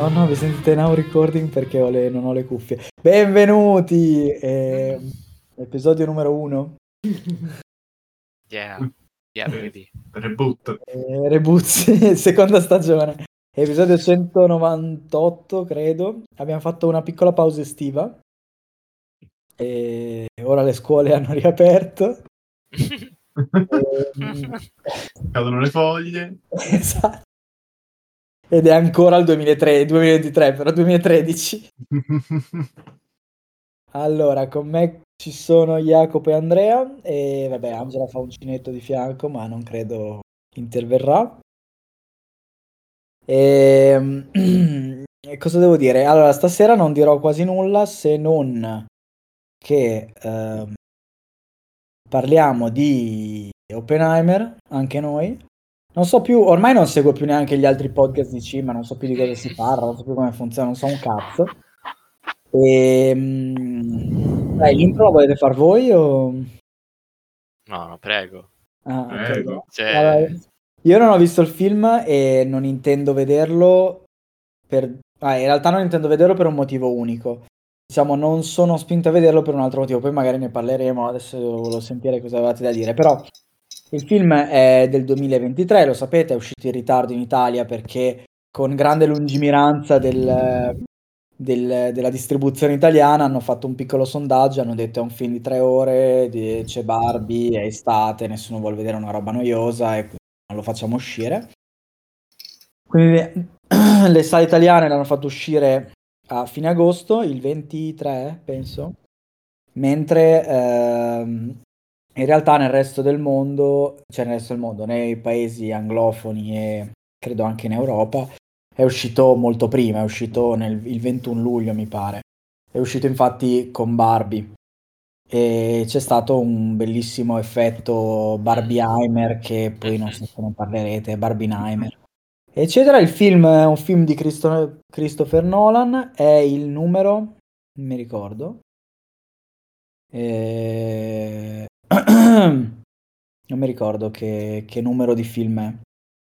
Oh no, vi sentite now recording perché non ho le cuffie. Benvenuti! Episodio numero 1. Yeah, baby. Reboot. Rebuzzi, seconda stagione. Episodio 198, credo. Abbiamo fatto una piccola pausa estiva. E ora le scuole hanno riaperto. Cadono le foglie. Esatto. Ed è ancora il 2023, però 2013. Allora, con me ci sono Jacopo e Andrea e vabbè, Angela fa un cinetto di fianco, ma non credo interverrà. E cosa devo dire? Allora, stasera non dirò quasi nulla se non che parliamo di Oppenheimer, anche noi. Non so più, ormai non seguo più neanche gli altri podcast di cima, non so più di cosa si parla, non so più come funziona, non so un cazzo. Dai, l'intro la volete far voi o... No, prego. Ah, ok. Prego. Allora, io non ho visto il film e non intendo vederlo in realtà non intendo vederlo per un motivo unico. Diciamo, non sono spinto a vederlo per un altro motivo, poi magari ne parleremo, adesso volevo sentire cosa avevate da dire, però il film è del 2023, lo sapete, è uscito in ritardo in Italia perché con grande lungimiranza della distribuzione italiana hanno fatto un piccolo sondaggio, hanno detto è un film di 3 ore, c'è Barbie, è estate, nessuno vuole vedere una roba noiosa e quindi non lo facciamo uscire. Quindi le sale italiane l'hanno fatto uscire a fine agosto, il 23 penso, mentre in realtà nel resto del mondo, nei paesi anglofoni e credo anche in Europa, è uscito molto prima, è uscito il 21 luglio mi pare, è uscito infatti con Barbie e c'è stato un bellissimo effetto Barbieheimer che poi non so se ne parlerete, Barbieheimer eccetera. Il film è un film di Christopher Nolan, è il numero, non mi ricordo, non mi ricordo che numero di film è.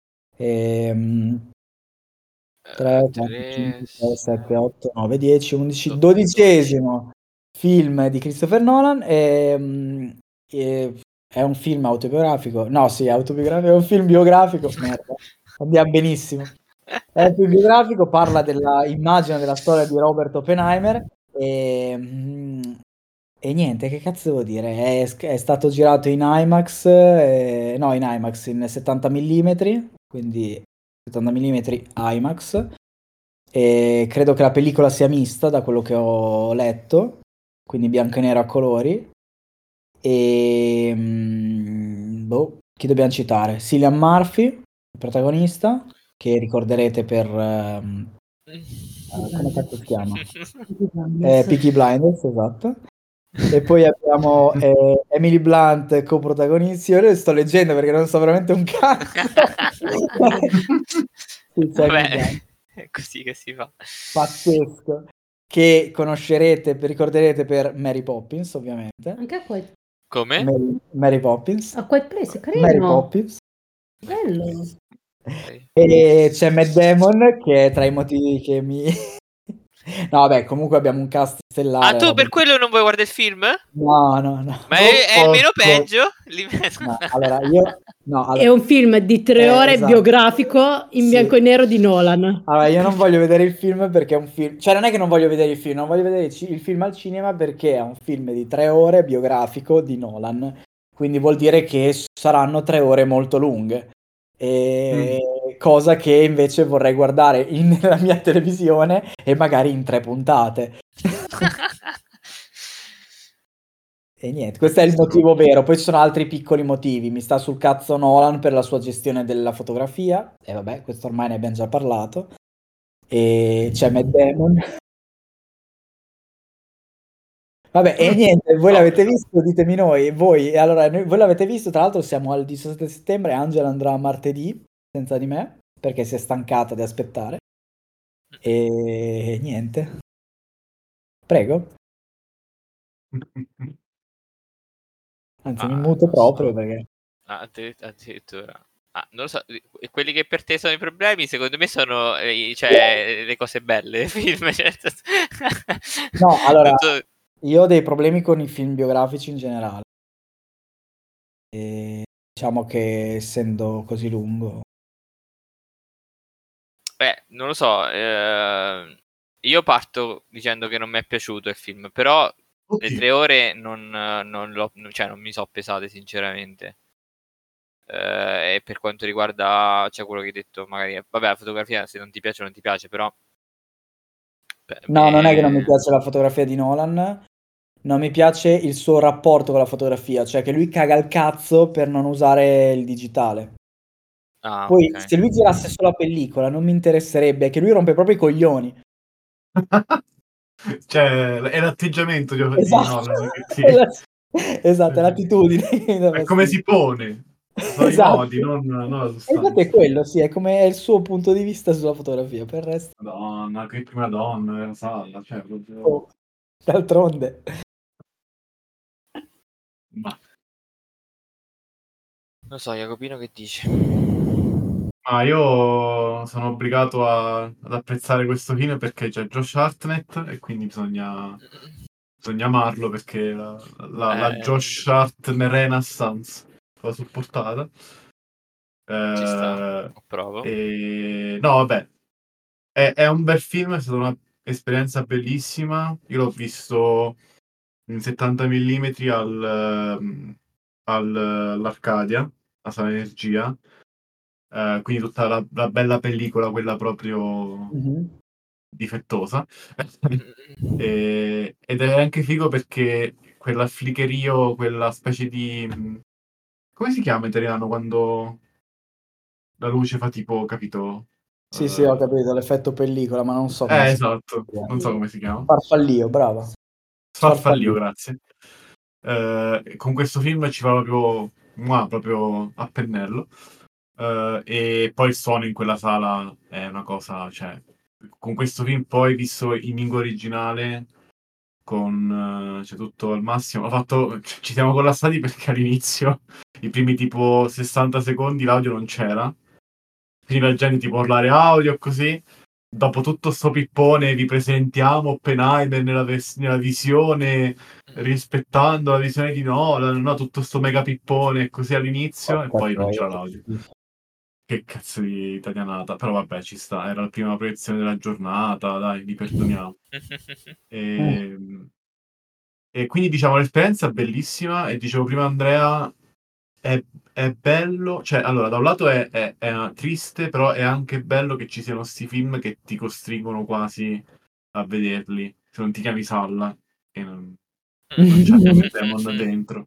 3, 4, 5, 6, 7, 8, 9, 10, 11, 12esimo film di Christopher Nolan. È un film autobiografico. No, sì, autobiografico, è un film biografico. Merda, andiamo benissimo. È autobiografico, parla immagino della storia di Robert Oppenheimer e niente, che cazzo devo dire? È stato girato in IMAX, no, in IMAX in 70 mm, quindi 70 mm IMAX. E credo che la pellicola sia mista da quello che ho letto, quindi bianco e nero a colori. E chi dobbiamo citare? Cillian Murphy, il protagonista, che ricorderete per come cazzo si chiama? Peaky Blinders, esatto. E poi abbiamo Emily Blunt coprotagonista. Io le sto leggendo perché non so veramente un cazzo. Sì, c'è Emily Vabbè, Blunt. è così che si fa. Pazzesco. Che conoscerete, ricorderete per Mary Poppins, ovviamente. Anche a quel... Come? Mary Poppins. A quel prezzo, è carino. Mary Poppins. Bello. E c'è Matt Damon che è tra i motivi che mi... No, vabbè, comunque abbiamo un cast stellare. Ah, tu per quello non vuoi guardare il film? No. Ma è il meno peggio? No, allora io... No, allora... È un film di 3 ore esatto. biografico in Sì. bianco e nero di Nolan. Allora, io non voglio vedere il film perché è un film... Cioè, non è che non voglio vedere il film, non voglio vedere il film al cinema perché è un film di 3 ore biografico di Nolan. Quindi vuol dire che saranno 3 ore molto lunghe. Cosa che invece vorrei guardare nella mia televisione e magari in 3 puntate. E niente, questo è il motivo vero. Poi ci sono altri piccoli motivi. Mi sta sul cazzo Nolan per la sua gestione della fotografia. E vabbè, questo ormai ne abbiamo già parlato. E c'è Matt Damon. Vabbè, e niente, voi l'avete visto? Ditemi voi. Allora, voi l'avete visto, tra l'altro siamo al 17 settembre, Angela andrà martedì, senza di me, perché si è stancata di aspettare. E niente. Prego. Anzi, mi muto proprio perché... Addirittura. non lo so, quelli che per te sono i problemi, secondo me sono cioè, le cose belle del film. Cioè, No, allora, tutto- io ho dei problemi con i film biografici in generale. E diciamo che essendo così lungo. non lo so, io parto dicendo che non mi è piaciuto il film, però le Oddio. 3 ore non mi so pesate sinceramente. E per quanto riguarda, cioè, quello che hai detto, magari, vabbè, la fotografia se non ti piace non ti piace, però No, non è che non mi piace la fotografia di Nolan, non mi piace il suo rapporto con la fotografia, cioè che lui caga il cazzo per non usare il digitale. Poi ok. se lui girasse solo la pellicola non mi interesserebbe, è che lui rompe proprio i coglioni. Cioè, è l'atteggiamento di Esatto. Nolan, sì. Esatto, è l'attitudine. È come si pone. Sono i Esatto. modi, non la E infatti sostanza. è quello, sì, è come è il suo punto di vista sulla fotografia, per il resto Madonna, che prima donna, era Salla, cioè proprio... oh, d'altronde. Ma Non so, Jacopino, che dici? io sono obbligato ad apprezzare questo film perché c'è Josh Hartnett e quindi bisogna amarlo perché la Josh Hartnett Renaissance l'ho supportata. Ci sta, approvo. No, vabbè, è un bel film, è stata un'esperienza bellissima. Io l'ho visto in 70 mm all'Arcadia, a Sala Energia. Quindi tutta la bella pellicola, quella proprio difettosa. Ed è anche figo perché quell'afflicherio, quella specie di... come si chiama in italiano quando la luce fa tipo, capito? Sì, sì, ho capito, l'effetto pellicola, ma non so come si Esatto, non so chiama. come si chiama. Farfallio, brava. Sfarfallio, grazie. Con questo film ci va proprio a pennello. E poi il suono in quella sala è una cosa, cioè, con questo film poi visto in lingua originale con cioè, tutto al massimo, ci siamo collassati perché all'inizio, i primi tipo 60 secondi, l'audio non c'era, quindi la gente tipo parlare audio così. Dopo tutto sto pippone vi presentiamo Oppenheimer nella visione, rispettando la visione di Nolan, no? Tutto sto mega pippone così all'inizio e Porca poi non troia. c'era l'audio. Che cazzo di italianata, però vabbè, ci sta, era la prima proiezione della giornata, dai, li perdoniamo. E quindi diciamo l'esperienza è bellissima e dicevo prima Andrea, è bello, cioè allora da un lato è triste, però è anche bello che ci siano questi film che ti costringono quasi a vederli, se non ti chiami Salla, che non c'è Matt Damon dentro.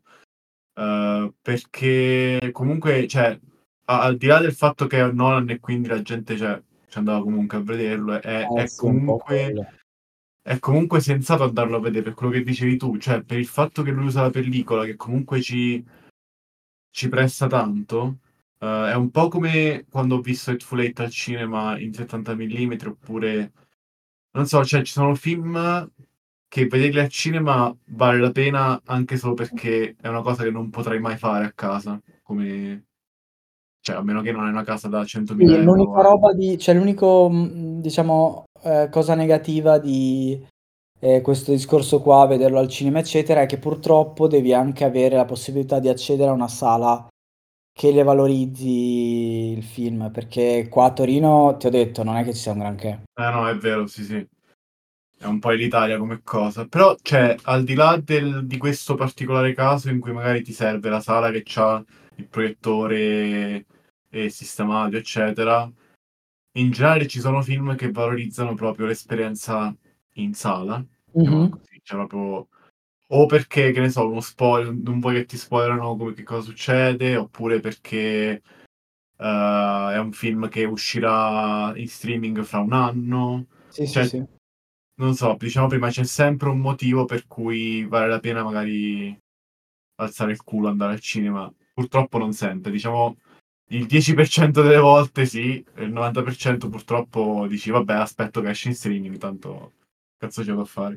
Perché comunque, cioè, al di là del fatto che è Nolan e quindi la gente ci andava comunque a vederlo, Sì, un po' quello. è comunque sensato andarlo a vedere per quello che dicevi tu, cioè per il fatto che lui usa la pellicola, che comunque ci presta tanto. È un po' come quando ho visto Hateful Eight al cinema in 70 mm, oppure non so, cioè ci sono film che vederli al cinema vale la pena anche solo perché è una cosa che non potrai mai fare a casa, come cioè a meno che non hai una casa da 100.000 Sì, euro. l'unica roba cioè l'unico, diciamo, cosa negativa di questo discorso qua, vederlo al cinema, eccetera, è che purtroppo devi anche avere la possibilità di accedere a una sala che le valorizzi il film, perché qua a Torino, ti ho detto, non è che ci sia un granché. No, è vero, sì, sì. È un po' l'Italia come cosa. Però, cioè, al di là di questo particolare caso in cui magari ti serve la sala che ha il proiettore e il sistema audio, eccetera, in generale ci sono film che valorizzano proprio l'esperienza in sala, chiamiamola così, cioè proprio o perché, che ne so, uno spoiler, non vuoi che ti spoilerano come che cosa succede, oppure perché è un film che uscirà in streaming fra un anno. Sì, sì, Cioè, sì. non so, diciamo prima, c'è sempre un motivo per cui vale la pena magari alzare il culo, andare al cinema. Purtroppo non sempre, diciamo il 10% delle volte sì, e il 90% purtroppo dici vabbè aspetto che esce in streaming, tanto cazzo c'è da fare.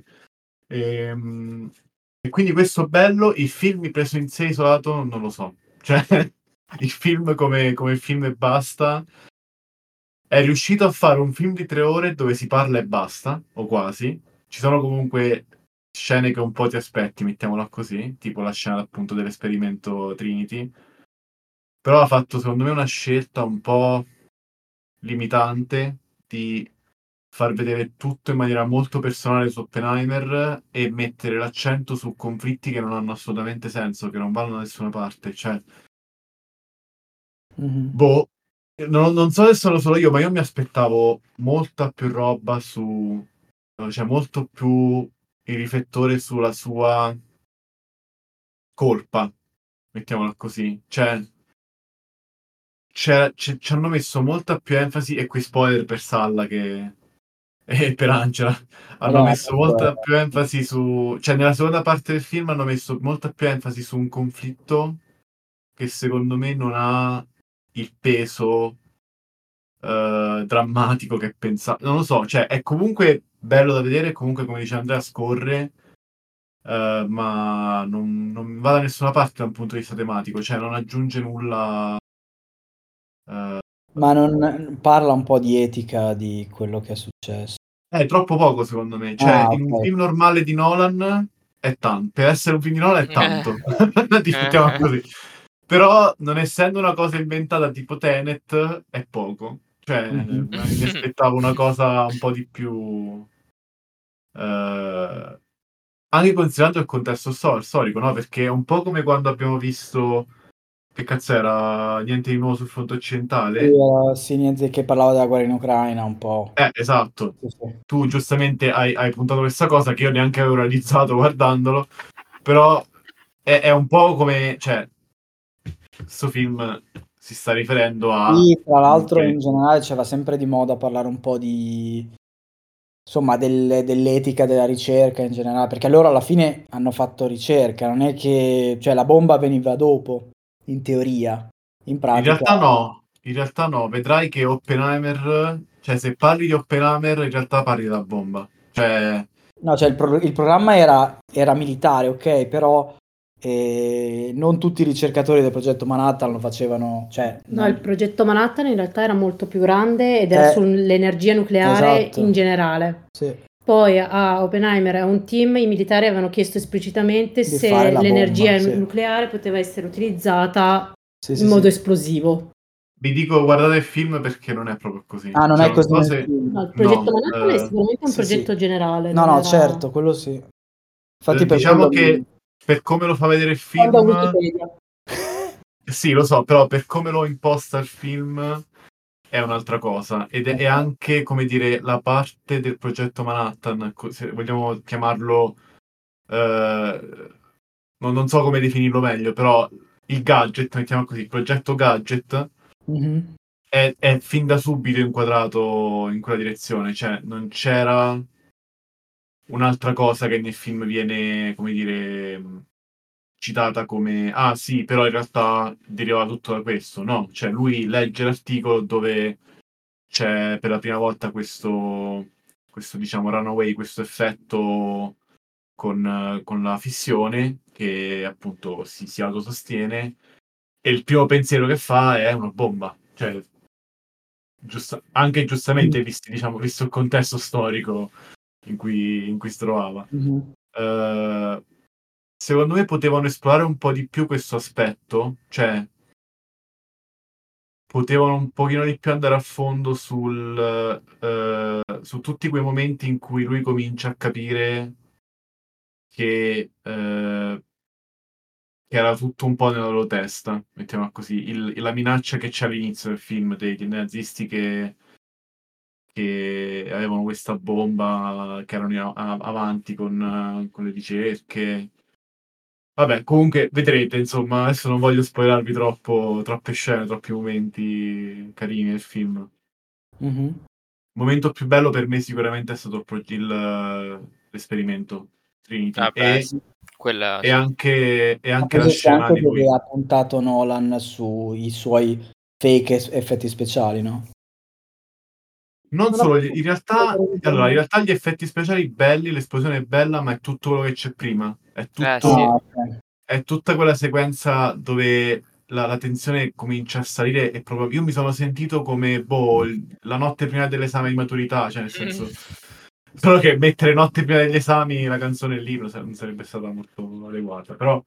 E quindi questo bello, il film preso in sé isolato non lo so. Cioè, il film come film e basta, è riuscito a fare un film di 3 ore dove si parla e basta, o quasi. Ci sono comunque scene che un po' ti aspetti, mettiamola così, tipo la scena appunto dell'esperimento Trinity. Però ha fatto secondo me una scelta un po' limitante di far vedere tutto in maniera molto personale su Oppenheimer e mettere l'accento su conflitti che non hanno assolutamente senso, che non vanno da nessuna parte. Cioè, boh, non so se sono solo io, ma io mi aspettavo molta più roba cioè molto più il riflettore sulla sua colpa, mettiamola così. Cioè, ci hanno messo molta più enfasi, e qui spoiler per Salla e per Angela, hanno No, messo molta più enfasi cioè nella seconda parte del film hanno messo molta più enfasi su un conflitto che secondo me non ha il peso drammatico che pensavo. Non lo so, cioè è comunque bello da vedere, comunque come dice Andrea scorre, ma non va da nessuna parte da un punto di vista tematico, cioè non aggiunge nulla. Ma non parla un po' di etica di quello che è successo. È troppo poco secondo me, cioè in un Ok. film normale di Nolan è tanto, per essere un film di Nolan è tanto, diciamo così. Però non essendo una cosa inventata tipo Tenet è poco, cioè mi aspettavo una cosa un po' di più anche considerando il contesto storico, no? Perché è un po' come quando abbiamo visto, che cazzo era, Niente di nuovo sul fronte occidentale. Sì, niente, che parlava della guerra in Ucraina un po'. Esatto. Sì. Tu giustamente hai puntato questa cosa che io neanche avevo realizzato guardandolo, però è un po' come, cioè, questo film si sta riferendo a Sì, tra l'altro comunque, in generale c'era sempre di moda parlare un po' insomma, dell'etica della ricerca in generale, perché loro alla fine hanno fatto ricerca, non è che, cioè, la bomba veniva dopo, in teoria. In pratica, in realtà no, vedrai che Oppenheimer, cioè se parli di Oppenheimer in realtà parli della bomba, cioè no, cioè il programma era militare, ok, però non tutti i ricercatori del progetto Manhattan lo facevano, cioè, No, il progetto Manhattan in realtà era molto più grande ed era sull'energia nucleare esatto. in generale. Sì. Poi a Oppenheimer e a un team i militari avevano chiesto esplicitamente Di se fare la l'energia bomba, sì. nucleare poteva essere utilizzata Sì, in sì, modo sì. esplosivo. vi dico guardate il film perché non è proprio così. Ah, non Cioè, è non così so nel se... film. No, il progetto No, Manhattan è sicuramente un sì, progetto sì. generale. No, non no, era- certo, quello sì. Infatti per diciamo quello che per come lo fa vedere il Quando film, Wikipedia. sì, lo so, però per come lo imposta il film è un'altra cosa. Ed è anche, come dire, la parte del progetto Manhattan, se vogliamo chiamarlo, non so come definirlo meglio, però il gadget, mettiamo così, il progetto gadget Mhm. è fin da subito inquadrato in quella direzione, cioè non c'era un'altra cosa che nel film viene, come dire, citata come ah sì, però in realtà deriva tutto da questo. No, cioè lui legge l'articolo dove c'è per la prima volta questo diciamo runaway, questo effetto con la fissione che appunto si autosostiene, e il primo pensiero che fa è una bomba. Cioè, anche giustamente visto il contesto storico in cui si trovava. Mhm. Secondo me potevano esplorare un po' di più questo aspetto, cioè potevano un pochino di più andare a fondo su tutti quei momenti in cui lui comincia a capire che era tutto un po' nella loro testa, mettiamola così. La minaccia che c'è all'inizio del film dei nazisti che avevano questa bomba, che erano avanti con le ricerche. Vabbè, comunque vedrete, insomma, adesso non voglio spoilervi troppe scene, troppi momenti carini del film. Mhm. Il momento più bello per me sicuramente è stato l'esperimento Trinity Vabbè, sì. Quella e sì. anche Ma la penso sia scena anche di lui. dove ha puntato Nolan sui suoi fake effetti speciali, no? Non Non ho solo, più- in realtà gli effetti speciali belli, l'esplosione è bella, ma è tutto quello che c'è prima. Sì. Ah, ok. È tutta quella sequenza dove la tensione comincia a salire e proprio io mi sono sentito come la notte prima dell'esame di maturità, cioè nel senso solo che mettere notte prima degli esami la canzone lì non sarebbe stata molto adeguata, però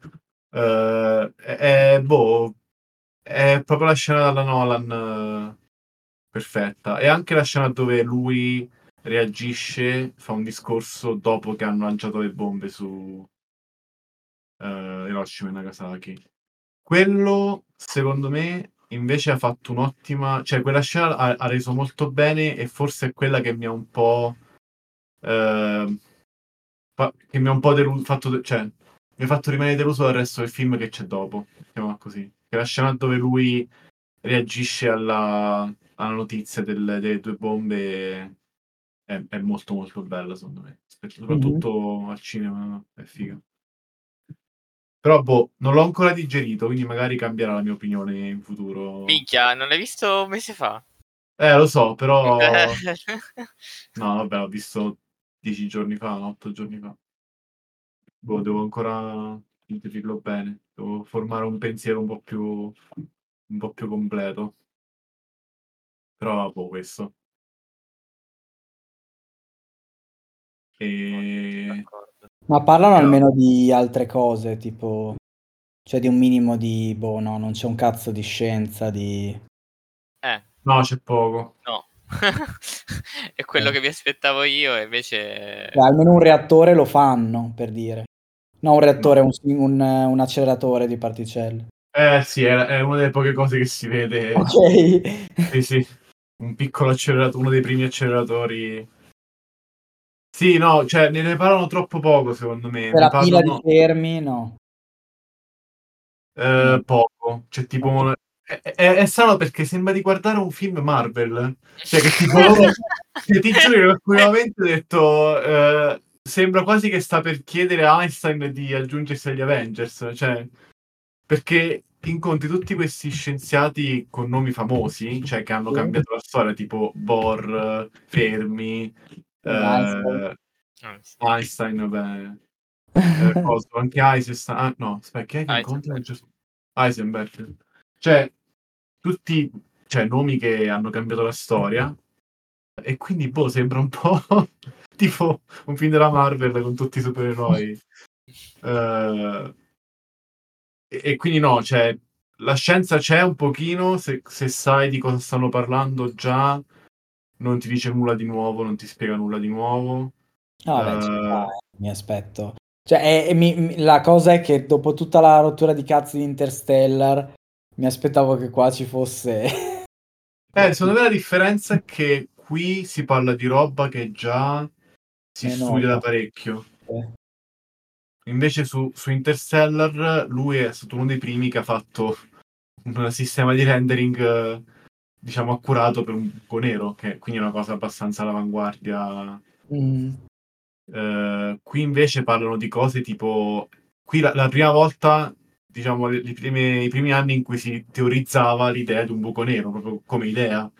è proprio la scena dalla Nolan perfetta, e anche la scena dove lui reagisce, fa un discorso dopo che hanno lanciato le bombe su Hiroshima e Nagasaki. Quello, secondo me, invece ha fatto un'ottima... Cioè, quella scena ha reso molto bene e forse è quella che mi ha un po'... che mi ha un po' fatto... Cioè, mi ha fatto rimanere deluso dal resto del film che c'è dopo. Chiamiamola così. Che la scena dove lui reagisce alla notizia delle 2 bombe è molto molto bella, secondo me. Soprattutto al cinema è figa. Però non l'ho ancora digerito, quindi magari cambierà la mia opinione in futuro. Minchia, non l'hai visto un mese fa? Lo so, però... No, vabbè, l'ho visto 10 giorni fa, 8 giorni fa. Devo ancora digerirlo bene. Devo formare un pensiero un po' più completo. Però, questo. D'accordo. Ma parlano almeno di altre cose, tipo... Cioè di un minimo di... Boh, no, non c'è un cazzo di scienza, di... No, c'è poco. No. È quello che mi aspettavo io, e invece... almeno un reattore lo fanno, per dire. No, un reattore, un acceleratore di particelle. Sì, è una delle poche cose che si vede. Ok. Sì. Un piccolo acceleratore, uno dei primi acceleratori. Sì, no, cioè ne parlano troppo poco, secondo me. Per la pila di fermi, no. Poco. Cioè, tipo... È strano perché sembra di guardare un film Marvel. Cioè, che tipo... ti giuro che in alcuni momenti ho detto... sembra quasi che sta per chiedere a Einstein di aggiungersi agli Avengers. Cioè... Perché incontri tutti questi scienziati con nomi famosi, cioè che hanno cambiato la storia, tipo Bohr, Fermi, Einstein, vabbè. Anche Eisenstein. No, aspetta, chi è che incontra? Heisenberg. Cioè, tutti nomi che hanno cambiato la storia. E quindi, sembra un po' tipo un film della Marvel con tutti i supereroi. E quindi no, cioè, la scienza c'è un pochino, se sai di cosa stanno parlando già, non ti dice nulla di nuovo, non ti spiega nulla di nuovo. Mi aspetto. Cioè, la cosa è che dopo tutta la rottura di cazzo di Interstellar, mi aspettavo che qua ci fosse... Secondo me la differenza è che qui si parla di roba che già si studia da parecchio. Invece su Interstellar lui è stato uno dei primi che ha fatto un sistema di rendering diciamo accurato per un buco nero, che quindi è una cosa abbastanza all'avanguardia. Qui invece parlano di cose tipo qui la prima volta, diciamo i primi anni in cui si teorizzava l'idea di un buco nero proprio come idea.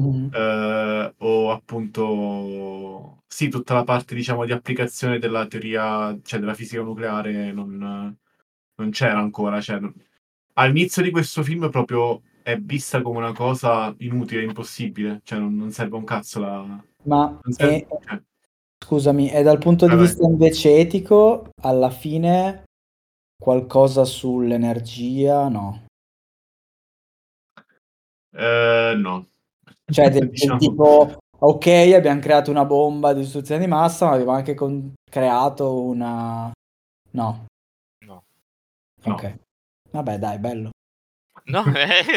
O appunto sì, tutta la parte diciamo di applicazione della teoria, cioè della fisica nucleare non c'era ancora, cioè, all'inizio di questo film proprio è vista come una cosa inutile, impossibile, cioè non serve un cazzo Ma scusami, è dal punto di vista invece etico, alla fine qualcosa sull'energia, no? No. Cioè del tipo, ok, abbiamo creato una bomba di distruzione di massa, ma abbiamo anche creato una... No. Ok. Vabbè, dai, bello. No,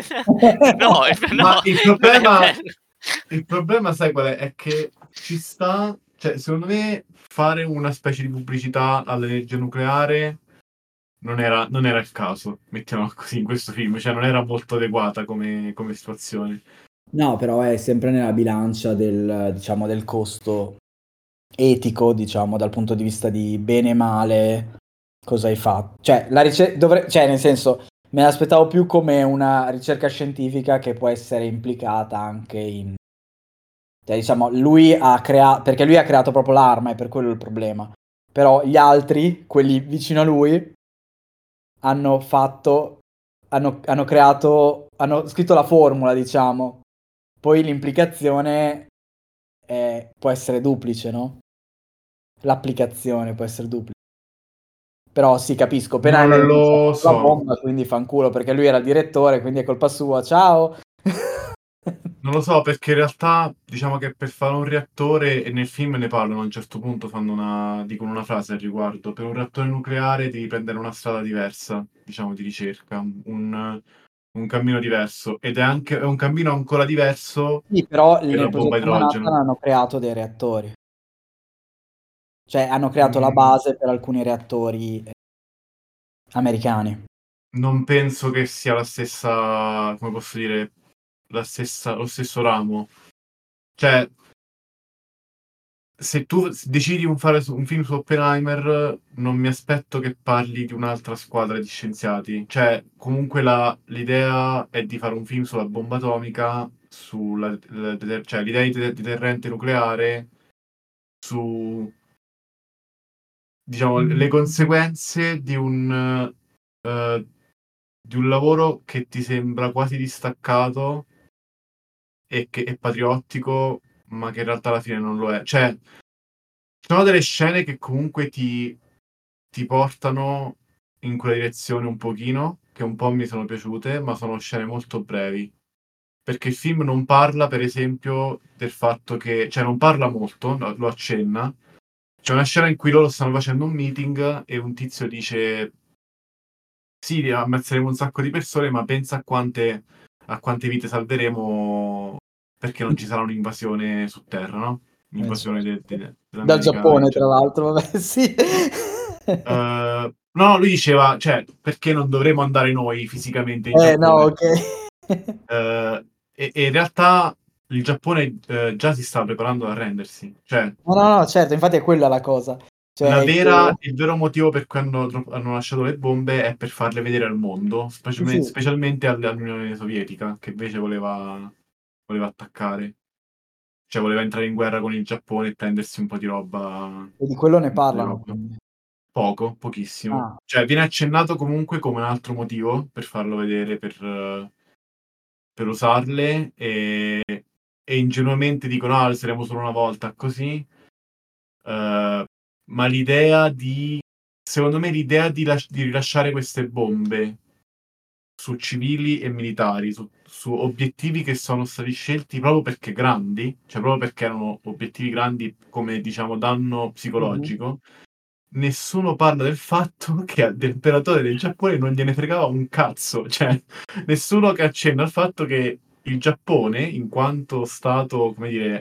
Ma il problema, sai qual è? È che ci sta, cioè, secondo me, fare una specie di pubblicità all'energia nucleare non era il caso, mettiamola così, in questo film, cioè non era molto adeguata come situazione. No, però è sempre nella bilancia diciamo, del costo etico, diciamo, dal punto di vista di bene e male, cosa hai fatto. Cioè, nel senso, me l'aspettavo più come una ricerca scientifica che può essere implicata anche in... Cioè, diciamo, perché lui ha creato proprio l'arma, è per quello il problema. Però gli altri, quelli vicino a lui, hanno fatto hanno creato, hanno scritto la formula, diciamo. Poi l'implicazione può essere duplice, no? L'applicazione può essere duplice. Però sì, capisco, Oppenheimer Non lo la so. bomba, quindi fanculo, perché lui era il direttore, quindi è colpa sua. Ciao! Non lo so, perché in realtà diciamo che per fare un reattore, e nel film ne parlano a un certo punto, dicono una frase al riguardo, per un reattore nucleare devi prendere una strada diversa, diciamo, di ricerca, un cammino diverso, ed è un cammino ancora diverso Sì, però per la nel bomba a progetto Manhattan idrogeno. hanno creato dei reattori. Cioè, hanno creato la Mm, base per alcuni reattori americani. Non penso che sia la stessa, come posso dire, lo stesso ramo. Cioè, se tu decidi di fare un film su Oppenheimer, non mi aspetto che parli di un'altra squadra di scienziati. Cioè, comunque l'idea è di fare un film sulla bomba atomica, cioè l'idea di deterrente nucleare, su, diciamo, le conseguenze di un lavoro che ti sembra quasi distaccato e che è patriottico, ma che in realtà alla fine non lo è. Cioè, ci sono delle scene che comunque ti portano in quella direzione un pochino, che un po' mi sono piaciute, ma sono scene molto brevi. Perché il film non parla, per esempio, del fatto che... Cioè, non parla molto, lo accenna. C'è una scena in cui loro stanno facendo un meeting e un tizio dice: sì, ammazzeremo un sacco di persone, ma pensa a quante vite salveremo perché non ci sarà un'invasione su Terra, no? Un'invasione Certo. Dal dell'America, Giappone, tra eccetera. l'altro, vabbè, sì. No, lui diceva, cioè, perché non dovremmo andare noi fisicamente in No, Giappone? ok. E in realtà il Giappone già si sta preparando ad arrendersi. Cioè, No, certo, infatti è quella la cosa. Cioè che il vero motivo per cui hanno lasciato le bombe è per farle vedere al mondo, sì, sì, specialmente all'Unione Sovietica, che invece voleva attaccare. Cioè, voleva entrare in guerra con il Giappone e prendersi un po' di roba. e di quello ne Un po' di parlano, roba. quindi. Pochissimo. Ah. Cioè, viene accennato comunque come un altro motivo per farlo vedere, per usarle, e ingenuamente dicono: ah, le saremo solo una volta così. Ma secondo me l'idea di rilasciare queste bombe su civili e militari, su obiettivi che sono stati scelti proprio perché grandi, cioè proprio perché erano obiettivi grandi come, diciamo, danno Mhm. psicologico. Nessuno parla del fatto che all'imperatore del Giappone non gliene fregava un cazzo, cioè nessuno che accenna al fatto che il Giappone, in quanto stato, come dire,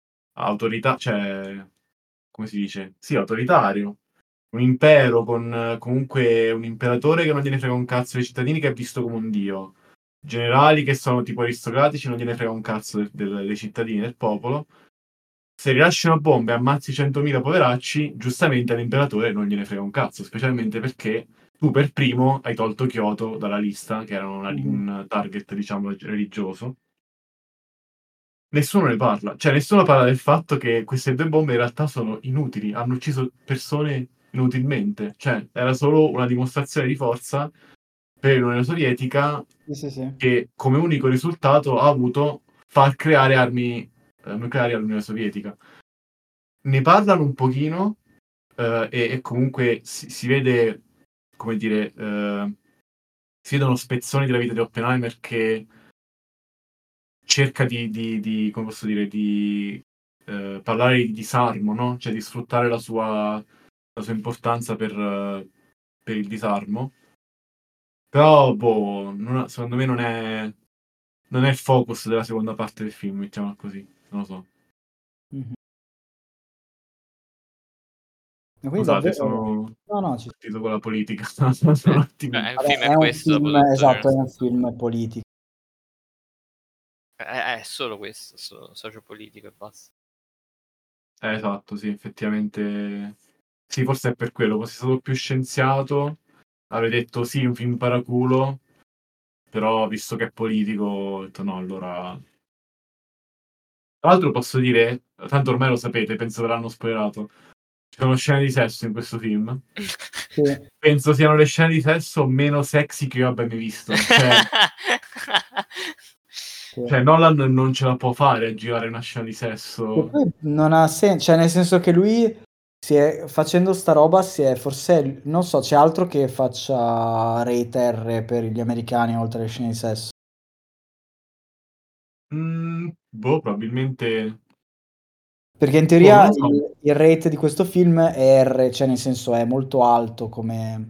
cioè, come si dice? Sì, autoritario. Un impero con comunque un imperatore che non gliene frega un cazzo dei cittadini, che è visto come un dio. Generali che sono tipo aristocratici, non gliene frega un cazzo dei cittadini, del popolo. Se rilasci una bomba e ammazzi 100.000 poveracci, giustamente all'imperatore non gliene frega un cazzo, specialmente perché tu per primo hai tolto Kyoto dalla lista, che era Mhm. un target, diciamo, religioso. Nessuno ne parla, cioè nessuno parla del fatto che queste due bombe in realtà sono inutili, hanno ucciso persone inutilmente, cioè era solo una dimostrazione di forza per l'Unione Sovietica, Sì, sì. che come unico risultato ha avuto far creare armi nucleari all'Unione Sovietica. Ne parlano un pochino, e comunque si vede, come dire, si vedono spezzoni della vita di Oppenheimer che cerca come posso dire, di parlare di disarmo, no? Cioè di sfruttare la sua importanza per il disarmo. Però, boh, secondo me non è il focus della seconda parte del film, mettiamola così, non lo so. Mhm. E quindi Scusate, davvero... sono No, partito con la politica. Sono un attimo. Il vabbè, film è è un questo, dopo film, tutto, cioè, esatto, nel è un senso, film politico. è solo questo, sociopolitico e basta. Esatto, sì, effettivamente. Sì, forse è per quello. Fossi stato più scienziato, avrei detto sì, un film paraculo, però visto che è politico, ho detto no, allora... Tra l'altro posso dire, tanto ormai lo sapete, penso ve l'hanno spoilerato, sono scene di sesso in questo film. Sì. Penso siano le scene di sesso meno sexy che io abbia mai visto. Cioè Nolan non ce la può fare a girare una scena di sesso. Non ha senso, cioè nel senso che lui facendo sta roba forse, non so, c'è altro che faccia Ray R per gli americani oltre alle scene di sesso. Probabilmente. Perché in teoria non so. il rate di questo film è R, cioè nel senso è molto alto come...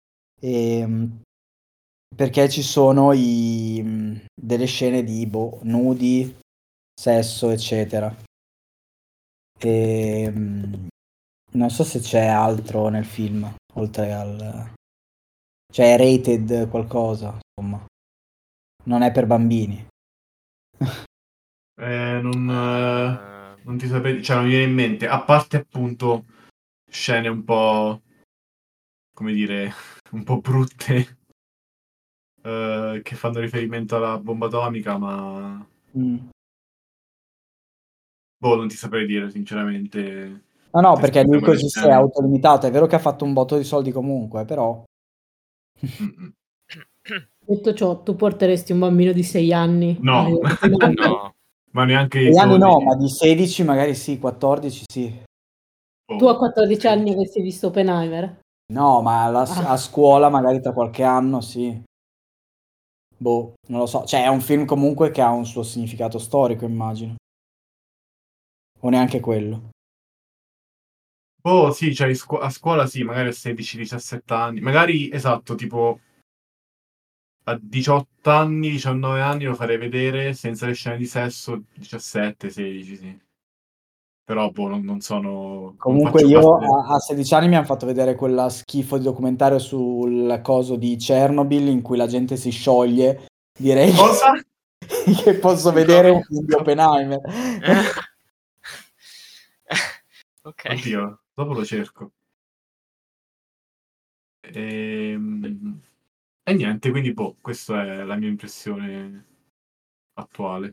perché ci sono delle scene di nudi, sesso, eccetera. Non so se c'è altro nel film, oltre al... Cioè è rated qualcosa, insomma. Non è per bambini. Non ti saprei, cioè non mi viene in mente, a parte appunto scene un po', come dire, un po' brutte che fanno riferimento alla bomba atomica, ma non ti saprei dire sinceramente. No, perché lui così si è autolimitato. È vero che ha fatto un botto di soldi comunque, però... Detto ciò, tu porteresti un bambino di 6 anni? No, No. Ma neanche di 6 anni 12. no, ma di 16 magari sì, 14 sì. Tu a 14 anni avresti visto Oppenheimer? No, ma a scuola magari tra qualche anno sì. Non lo so. Cioè è un film comunque che ha un suo significato storico, immagino. O neanche quello. Sì, cioè a scuola sì, magari a 16-17 anni. Magari, esatto, tipo a 18 anni, 19 anni lo farei vedere senza le scene di sesso, 17, 16, sì. Però non sono... Comunque io a 16 anni mi hanno fatto vedere quella schifo di documentario sul coso di Chernobyl in cui la gente si scioglie. Direi Cosa? che posso vedere un film di Oppenheimer. Ok. Oddio, dopo lo cerco. E niente, quindi questa è la mia impressione attuale.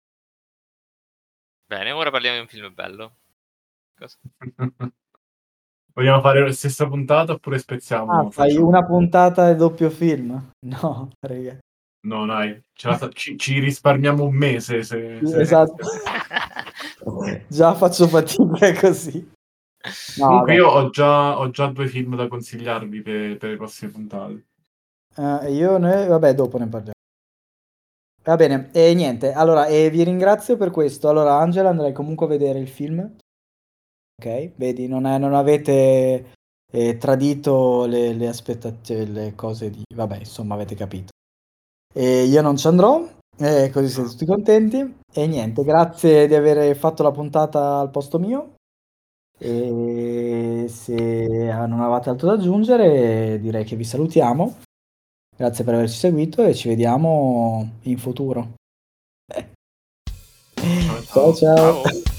Bene, ora parliamo di un film bello. Cosa? Vogliamo fare la stessa puntata oppure spezziamo? Fai una puntata e doppio film? No, raga. No, dai, ci risparmiamo un mese se... Esatto. Già faccio fatica così. No, comunque vabbè. io ho già 2 film da consigliarvi per le prossime puntate. Vabbè, dopo ne parliamo. Va bene, e niente, allora, vi ringrazio per questo. Allora, Angela, andrai comunque a vedere il film. Ok, vedi, non avete tradito le aspettative, le cose di... Vabbè, insomma, avete capito. E io non ci andrò, così siete tutti contenti. E niente, grazie di aver fatto la puntata al posto mio. E se non avete altro da aggiungere, direi che vi salutiamo. Grazie per averci seguito e ci vediamo in futuro. Ciao. Ciao.